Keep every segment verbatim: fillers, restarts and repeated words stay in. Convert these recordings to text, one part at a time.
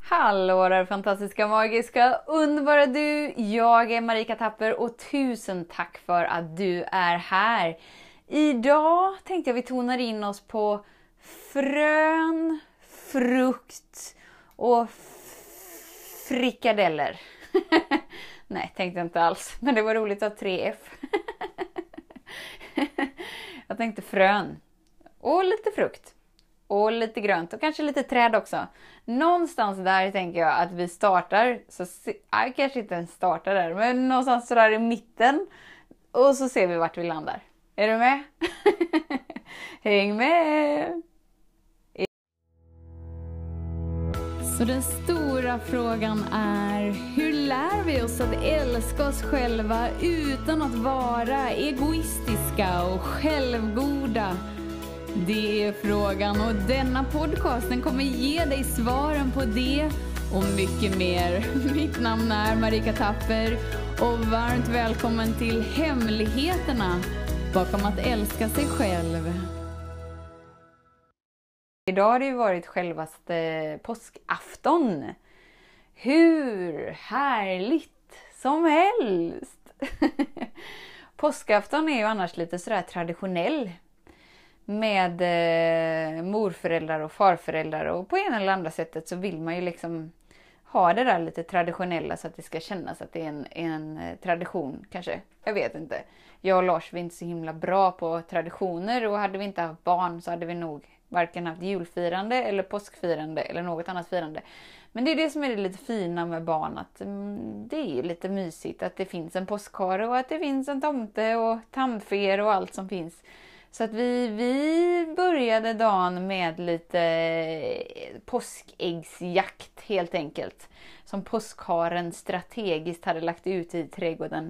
Hallå där fantastiska, magiska, underbara du! Jag är Marika Tapper och tusen tack för att du är här. Idag tänkte jag vi tonar in oss på frön, frukt och frikadeller. Nej, tänkte jag inte alls, men det var roligt att ha tre F. Jag tänkte frön och lite frukt. Och lite grönt och kanske lite träd också. Någonstans där tänker jag att vi startar. Så jag kanske inte ens startar där. Men någonstans där i mitten. Och så ser vi vart vi landar. Är du med? Häng med! Så den stora frågan är: hur lär vi oss att älska oss själva utan att vara egoistiska och självgoda? Det är frågan, och denna podcasten kommer ge dig svaren på det och mycket mer. Mitt namn är Marika Tapper och varmt välkommen till hemligheterna bakom att älska sig själv. Idag har det ju varit självaste påskafton. Hur härligt som helst! Påskafton är ju annars lite sådär traditionell. Med eh, morföräldrar och farföräldrar, och på ena eller andra sättet så vill man ju liksom ha det där lite traditionella så att det ska kännas att det är en, en tradition kanske. Jag vet inte. Jag och Lars är inte så himla bra på traditioner, och hade vi inte haft barn så hade vi nog varken haft julfirande eller påskfirande eller något annat firande. Men det är det som är det lite fina med barn, att mm, det är lite mysigt att det finns en påskhare och att det finns en tomte och tandfer och allt som finns. Så att vi, vi började dagen med lite påskäggsjakt helt enkelt. Som påskharen strategiskt hade lagt ut i trädgården.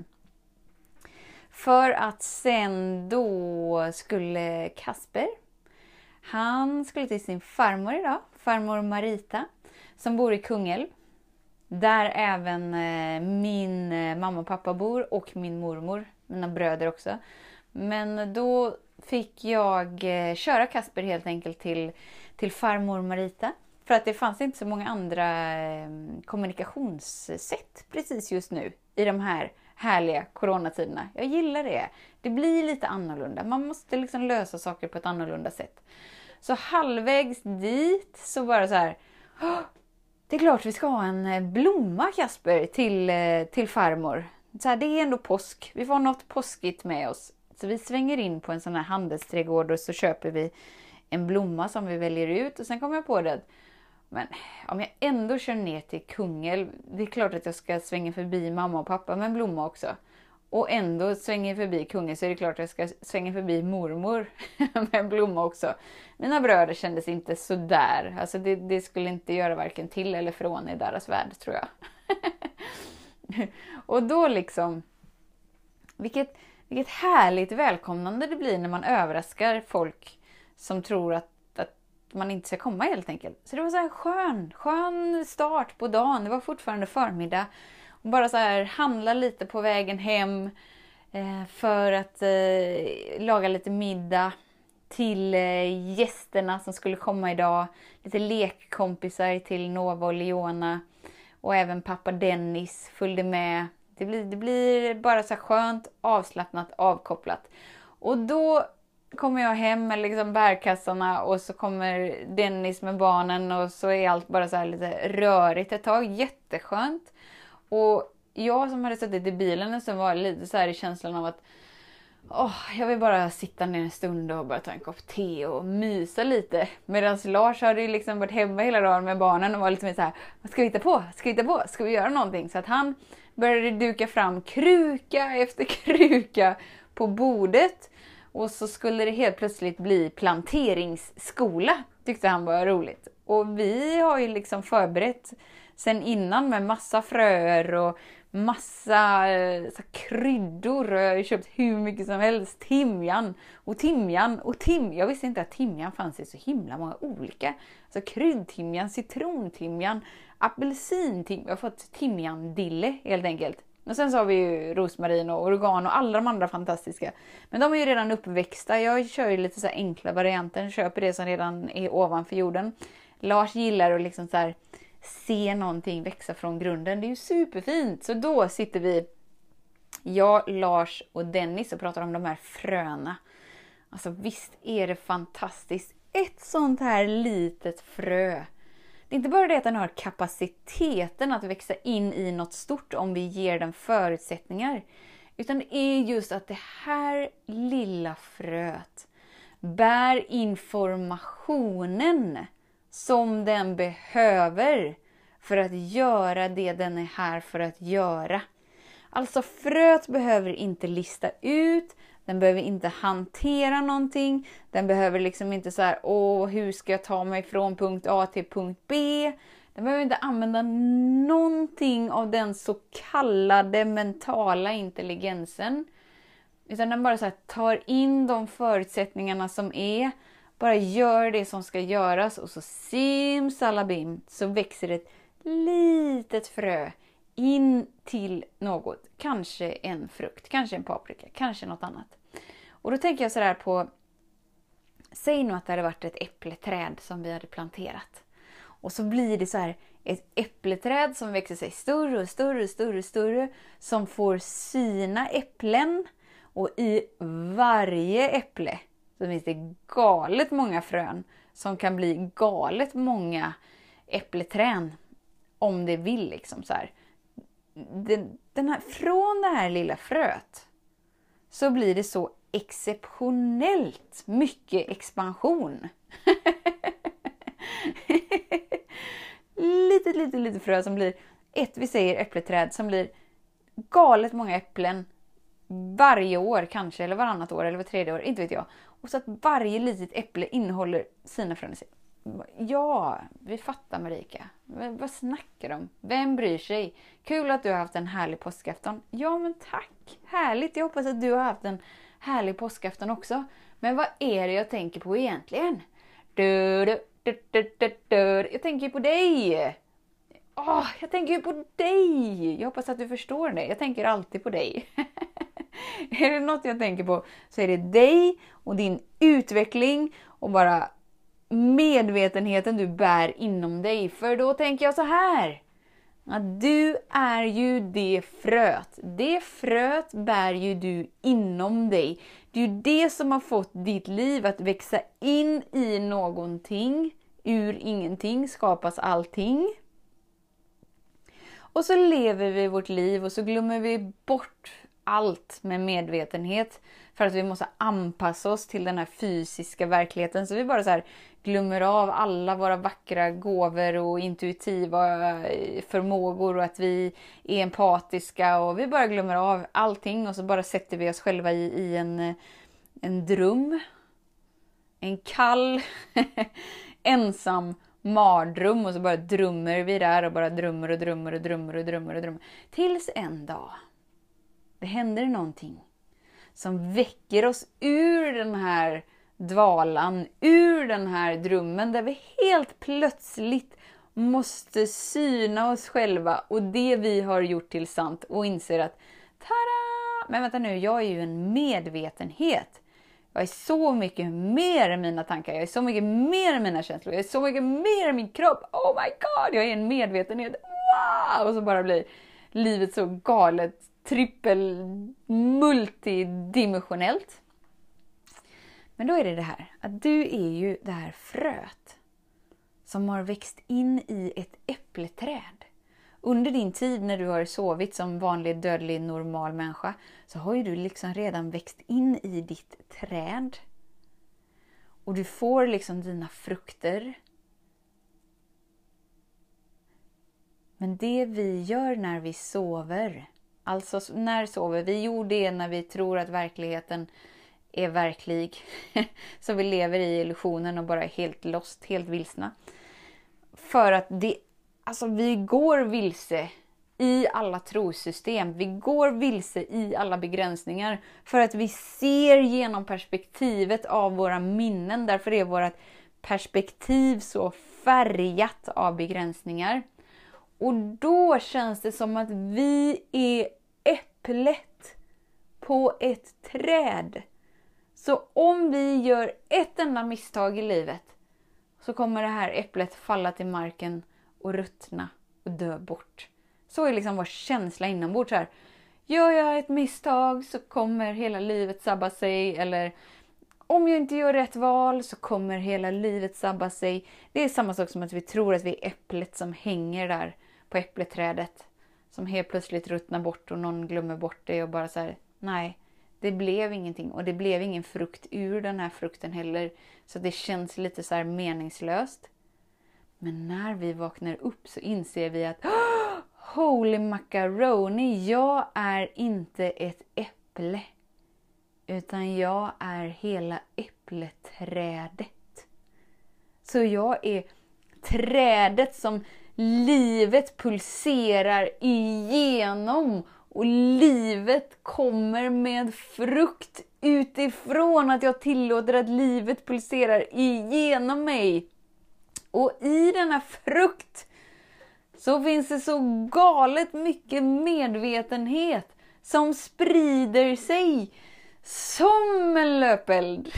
För att sen då skulle Kasper, han skulle till sin farmor idag. Farmor Marita, som bor i Kungälv. Där även min mamma och pappa bor och min mormor, mina bröder också. Men då fick jag köra Kasper helt enkelt till, till farmor Marita. För att det fanns inte så många andra kommunikationssätt precis just nu i de här härliga coronatiderna. Jag gillar det. Det blir lite annorlunda. Man måste liksom lösa saker på ett annorlunda sätt. Så halvvägs dit så bara så här: det är klart vi ska ha en blomma, Kasper, till, till farmor. Så här, det är ändå påsk. Vi får något påskigt med oss. Så vi svänger in på en sån här handelsträdgård och så köper vi en blomma som vi väljer ut. Och sen kommer jag på det: men om jag ändå kör ner till Kungälv, det är klart att jag ska svänga förbi mamma och pappa med en blomma också. Och ändå svänger förbi Kungälv, så är det klart att jag ska svänga förbi mormor med en blomma också. Mina bröder kändes inte så där. Alltså det, det skulle inte göra varken till eller från i deras värld, tror jag. Och då liksom, vilket... Vilket härligt välkomnande det blir när man överraskar folk som tror att, att man inte ska komma helt enkelt. Så det var så här skön, skön start på dagen. Det var fortfarande förmiddag. Och bara så här handla lite på vägen hem eh, för att eh, laga lite middag till eh, gästerna som skulle komma idag. Lite lekkompisar till Nova och Leona. Och även pappa Dennis följde med. Det blir, det blir bara så skönt, avslappnat, avkopplat. Och då kommer jag hem med liksom bärkassarna, och så kommer Dennis med barnen, och så är allt bara så här lite rörigt ett tag. Jätteskönt. Och jag som hade suttit i bilen så var lite så här i känslan av att åh, jag vill bara sitta ner en stund och bara ta en kopp te och mysa lite. Medan Lars hade ju liksom varit hemma hela dagen med barnen och var lite mer så här: vad ska vi hitta på? Ska vi hitta på? Ska vi göra någonting? Så att han började duka fram kruka efter kruka på bordet. Och så skulle det helt plötsligt bli planteringsskola. Tyckte han var roligt. Och vi har ju liksom förberett sen innan med massa fröer och massa så kryddor. Jag har ju köpt hur mycket som helst. Timjan och timjan och tim. Jag visste inte att timjan fanns i så himla många olika. Alltså kryddtimjan, citrontimjan, apelsintimjan. Jag har fått timjandille helt enkelt. Och sen så har vi ju rosmarin och oregano och alla de andra fantastiska. Men de är ju redan uppväxta. Jag kör ju lite så här enkla varianter. Köper det som redan är ovanför jorden. Lars gillar att liksom så här se någonting växa från grunden. Det är ju superfint. Så då sitter vi, jag, Lars och Dennis, och pratar om de här fröna. Alltså visst är det fantastiskt. Ett sånt här litet frö. Det är inte bara det att den har kapaciteten att växa in i något stort om vi ger den förutsättningar. Utan det är just att det här lilla fröet bär informationen som den behöver för att göra det den är här för att göra. Alltså fröet behöver inte lista ut, den behöver inte hantera någonting, den behöver liksom inte så här, åh hur ska jag ta mig från punkt A till punkt B. Den behöver inte använda någonting av den så kallade mentala intelligensen. Utan den bara så här tar in de förutsättningarna som är. Bara gör det som ska göras och så simsalabim så växer ett litet frö in till något. Kanske en frukt, kanske en paprika, kanske något annat. Och då tänker jag så här på, säg nu att det hade varit ett äppleträd som vi hade planterat. Och så blir det så här ett äppleträd som växer sig större och större och större och större. Som får sina äpplen. Och i varje äpple så finns det galet många frön. Som kan bli galet många äppleträn. Om det vill liksom så här. Den, den här, från det här lilla fröet så blir det så exceptionellt mycket expansion. litet, litet, litet frö som blir ett, vi säger äppleträd, som blir galet många äpplen varje år kanske, eller varannat år, eller var tredje år, inte vet jag. Och så att varje litet äpple innehåller sina frön i sig. Ja, vi fattar Marika. Vad snackar de? Vem bryr sig? Kul att du har haft en härlig påskafton. Ja, men tack. Härligt. Jag hoppas att du har haft en härlig påskafton också. Men vad är det jag tänker på egentligen? Du, du, du, du, du, du. Jag tänker på dig. Åh, jag tänker ju på dig. Jag hoppas att du förstår det. Jag tänker alltid på dig. Är det något jag tänker på så är det dig och din utveckling och bara medvetenheten du bär inom dig. För då tänker jag så här. Att du är ju det fröet. Det fröet bär ju du inom dig. Det är ju det som har fått ditt liv att växa in i någonting. Ur ingenting skapas allting. Och så lever vi vårt liv och så glömmer vi bort allt med medvetenhet. För att vi måste anpassa oss till den här fysiska verkligheten. Så vi bara så här glömmer av alla våra vackra gåvor och intuitiva förmågor. Och att vi är empatiska. Och vi bara glömmer av allting. Och så bara sätter vi oss själva i, i en, en dröm. En kall, ensam mardröm. Och så bara drömmer vi där. Och bara drömmer och drömmer och drömmer och drömmer och drömmer. Tills en dag. Det händer någonting. Som väcker oss ur den här dvalan, ur den här drömmen. Där vi helt plötsligt måste syna oss själva och det vi har gjort till sant. Och inser att, tada! Men vänta nu, jag är ju en medvetenhet. Jag är så mycket mer än mina tankar. Jag är så mycket mer än mina känslor. Jag är så mycket mer än min kropp. Oh my god, jag är en medvetenhet. Wow! Och så bara blir livet så galet. Trippel, multidimensionellt. Men då är det det här. Att du är ju det här fröet. Som har växt in i ett äppleträd. Under din tid när du har sovit som vanlig dödlig normal människa. Så har ju du liksom redan växt in i ditt träd. Och du får liksom dina frukter. Men det vi gör när vi sover. Alltså när sover vi? Jo, det är när vi tror att verkligheten är verklig. Så vi lever i illusionen och bara är helt lost, helt vilsna. För att det, alltså vi går vilse i alla trosystem. Vi går vilse i alla begränsningar. För att vi ser genom perspektivet av våra minnen. Därför är vårt perspektiv så färgat av begränsningar. Och då känns det som att vi är äpplet på ett träd. Så om vi gör ett enda misstag i livet så kommer det här äpplet falla till marken och ruttna och dö bort. Så är liksom vår känsla inombords här. Gör jag ett misstag så kommer hela livet sabba sig. Eller om jag inte gör rätt val så kommer hela livet sabba sig. Det är samma sak som att vi tror att vi är äpplet som hänger där på äppleträdet. Som helt plötsligt ruttnar bort och någon glömmer bort det och bara så här, nej, det blev ingenting. Och det blev ingen frukt ur den här frukten heller. Så det känns lite så här meningslöst. Men när vi vaknar upp så inser vi att holy macaroni, jag är inte ett äpple. Utan jag är hela äppleträdet. Så jag är trädet som livet pulserar igenom. Och livet kommer med frukt utifrån att jag tillåter att livet pulserar igenom mig. Och i denna frukt så finns det så galet mycket medvetenhet som sprider sig som en löpeld.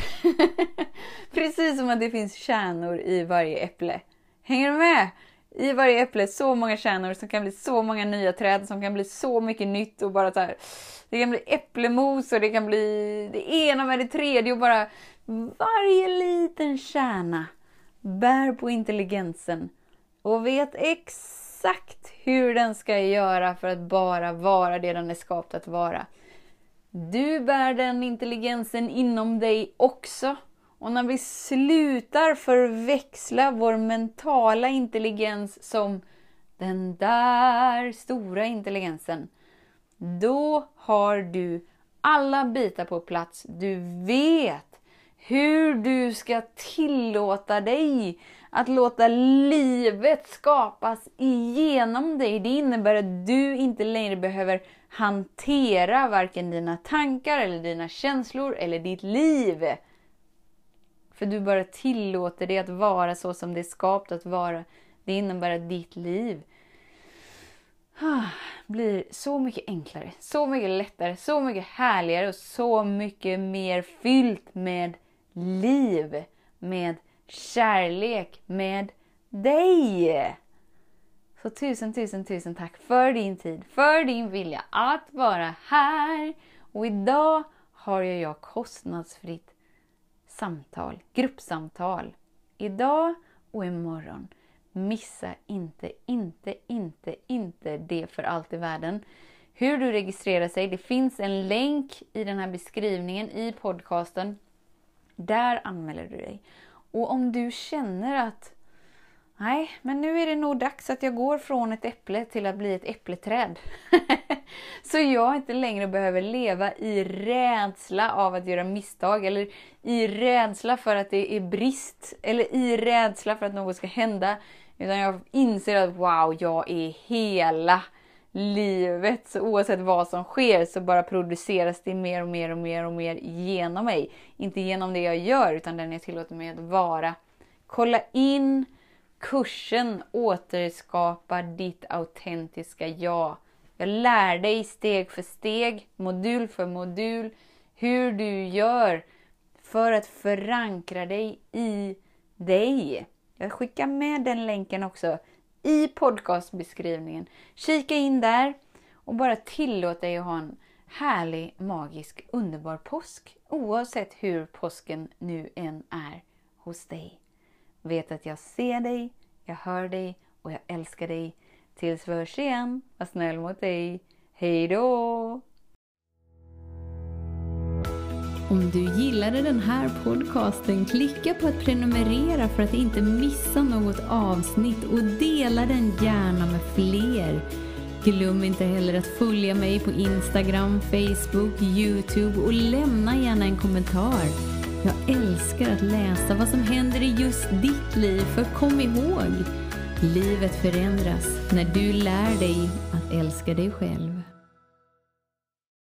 Precis som att det finns kärnor i varje äpple. Hänger du med? I varje äpple så många kärnor som kan bli så många nya träd som kan bli så mycket nytt och bara så här. Det kan bli äpplemos och det kan bli det ena med det tredje och bara varje liten kärna bär på intelligensen och vet exakt hur den ska göra för att bara vara det den är skapt att vara. Du bär den intelligensen inom dig också. Och när vi slutar förväxla vår mentala intelligens som den där stora intelligensen, då har du alla bitar på plats. Du vet hur du ska tillåta dig att låta livet skapas igenom dig. Det innebär att du inte längre behöver hantera varken dina tankar eller dina känslor eller ditt liv. För du bara tillåter det att vara så som det är skapat att vara. Det innebär att ditt liv blir så mycket enklare, så mycket lättare, så mycket härligare och så mycket mer fyllt med liv, med kärlek, med dig. Så tusen, tusen, tusen tack för din tid, för din vilja att vara här. Och idag har jag kostnadsfritt samtal, gruppsamtal. Idag och imorgon. Missa inte, inte, inte, inte det för allt i världen. Hur du registrerar sig, det finns en länk i den här beskrivningen i podcasten. Där anmäler du dig. Och om du känner att nej, men nu är det nog dags att jag går från ett äpple till att bli ett äppleträd. Så jag inte längre behöver leva i rädsla av att göra misstag. Eller i rädsla för att det är brist. Eller i rädsla för att något ska hända. Utan jag inser att wow, jag är hela livet. Så oavsett vad som sker så bara produceras det mer och mer och mer och mer genom mig. Inte genom det jag gör utan den jag tillåter mig att vara. Kolla in kursen Återskapa ditt autentiska jag. Jag lär dig steg för steg, modul för modul, hur du gör för att förankra dig i dig. Jag skickar med den länken också i podcastbeskrivningen. Kika in där och bara tillåt dig att ha en härlig, magisk, underbar påsk. Oavsett hur påsken nu än är hos dig. Vet att jag ser dig, jag hör dig och jag älskar dig. Tills vi hörs igen. Var snäll mot dig. Hej då! Om du gillade den här podcasten, klicka på att prenumerera för att inte missa något avsnitt och dela den gärna med fler. Glöm inte heller att följa mig på Instagram, Facebook, YouTube och lämna gärna en kommentar. Jag älskar att läsa vad som händer i just ditt liv, för kom ihåg, livet förändras när du lär dig att älska dig själv.